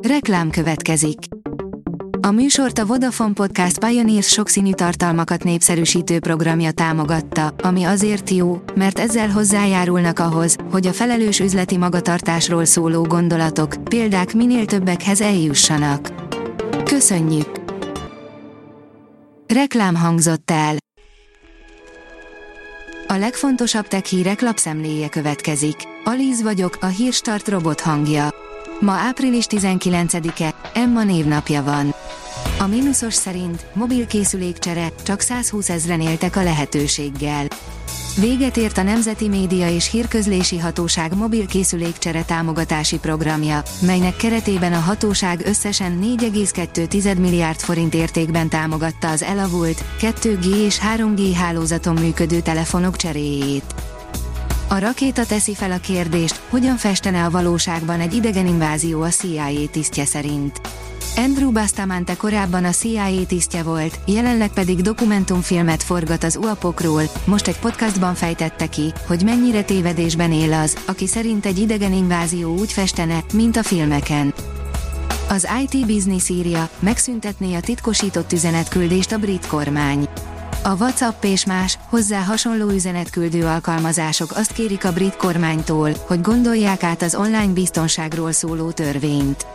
Reklám következik. A műsort a Vodafone Podcast Pioneers sokszínű tartalmakat népszerűsítő programja támogatta, ami azért jó, mert ezzel hozzájárulnak ahhoz, hogy a felelős üzleti magatartásról szóló gondolatok, példák minél többekhez eljussanak. Köszönjük! Reklám hangzott el. A legfontosabb tech hírek lapszemléje következik. Alíz vagyok, a Hírstart robot hangja. Ma április 19-e, Emma névnapja van. A Minusos szerint mobilkészülékcsere, csak 120 000-en éltek a lehetőséggel. Véget ért a Nemzeti Média és Hírközlési Hatóság mobilkészülékcsere támogatási programja, melynek keretében a hatóság összesen 4,2 milliárd forint értékben támogatta az elavult, 2G és 3G hálózaton működő telefonok cseréjét. A rakéta teszi fel a kérdést, hogyan festene a valóságban egy idegen invázió a CIA tisztje szerint. Andrew Bustamante korábban a CIA tisztje volt, jelenleg pedig dokumentumfilmet forgat az UAPokról, most egy podcastban fejtette ki, hogy mennyire tévedésben él az, aki szerint egy idegen invázió úgy festene, mint a filmeken. Az IT Business írja, megszüntetné a titkosított üzenetküldést a brit kormány. A WhatsApp és más, hozzá hasonló üzenetküldő alkalmazások azt kérik a brit kormánytól, hogy gondolják át az online biztonságról szóló törvényt.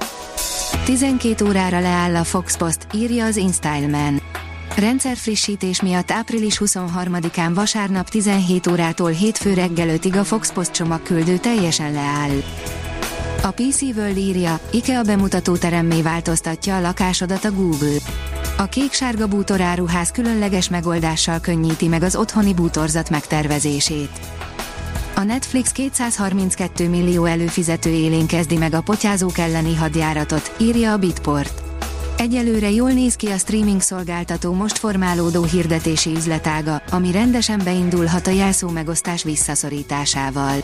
12 órára leáll a Fox Post, írja az InStyleman. Rendszerfrissítés miatt április 23-án vasárnap 17 órától hétfő reggel 5-ig a Fox Post csomagküldő teljesen leáll. A PC World írja, IKEA bemutatóteremmé változtatja a lakásodat a Google. A kék-sárga bútoráruház különleges megoldással könnyíti meg az otthoni bútorzat megtervezését. A Netflix 232 millió előfizető élén kezdi meg a potyázók elleni hadjáratot, írja a Bitport. Egyelőre jól néz ki a streaming szolgáltató most formálódó hirdetési üzletága, ami rendesen beindulhat a jelszó megosztás visszaszorításával.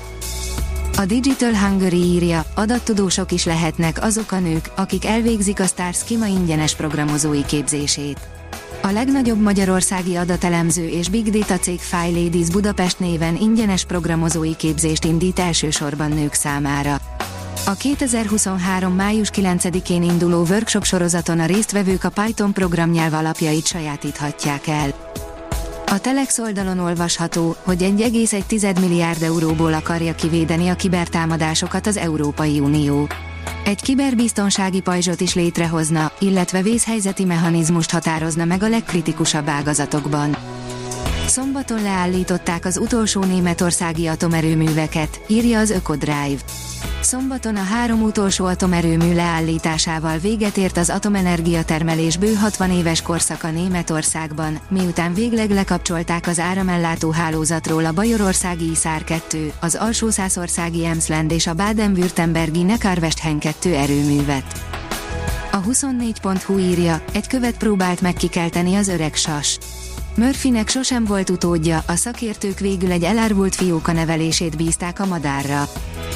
A Digital Hungary írja, adattudósok is lehetnek azok a nők, akik elvégzik a Star Schema ingyenes programozói képzését. A legnagyobb magyarországi adatelemző és Big Data cég File Ladies Budapest néven ingyenes programozói képzést indít elsősorban nők számára. A 2023. május 9-én induló workshop sorozaton a résztvevők a Python programnyelv alapjait sajátíthatják el. A Telex oldalon olvasható, hogy 1,1 milliárd euróból akarja kivédeni a kibertámadásokat az Európai Unió. Egy kiberbiztonsági pajzsot is létrehozna, illetve vészhelyzeti mechanizmust határozna meg a legkritikusabb ágazatokban. Szombaton leállították az utolsó németországi atomerőműveket, írja az Ökodrive. Szombaton a 3 utolsó atomerőmű leállításával véget ért az atomenergia termelés bő 60 éves korszaka Németországban, miután végleg lekapcsolták az áramellátó hálózatról a bajorországi Isar 2, az alsószászországi Emsland és a Baden-Württembergi Neckarwestheim 2 erőművet. A 24.hu írja, egy követ próbált meg kikelteni az öreg sas. Murphynek sosem volt utódja, a szakértők végül egy elárvult fióka nevelését bízták a madárra.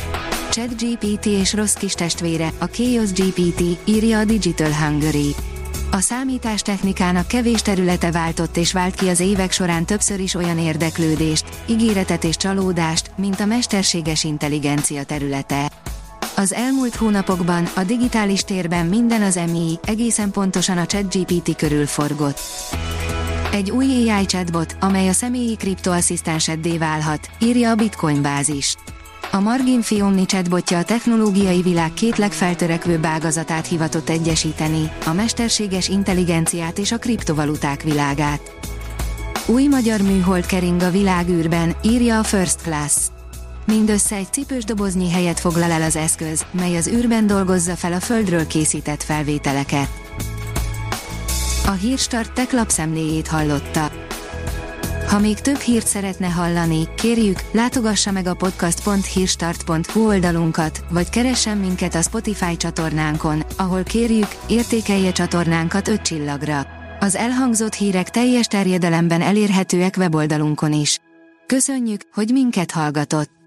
ChatGPT és rossz kis testvére, a Chaos GPT, írja a Digital Hungary. A számítástechnikának kevés területe váltott és vált ki az évek során többször is olyan érdeklődést, ígéretet és csalódást, mint a mesterséges intelligencia területe. Az elmúlt hónapokban, a digitális térben minden az MI, egészen pontosan a ChatGPT körül forgott. Egy új AI chatbot, amely a személyi kriptoasszisztenseddé válhat, írja a Bitcoin bázis. A Margin Fiomni chatbotja a technológiai világ két legfeltörekvőbb ágazatát hivatott egyesíteni, a mesterséges intelligenciát és a kriptovaluták világát. Új magyar műhold kering a világűrben, írja a First Class. Mindössze egy cipős doboznyi helyet foglal el az eszköz, mely az űrben dolgozza fel a Földről készített felvételeket. A Hírstart tech lapszemléjét hallotta. Ha még több hírt szeretne hallani, kérjük, látogassa meg a podcast.hírstart.hu oldalunkat, vagy keressen minket a Spotify csatornánkon, ahol kérjük, értékelje csatornánkat 5 csillagra. Az elhangzott hírek teljes terjedelemben elérhetőek weboldalunkon is. Köszönjük, hogy minket hallgatott!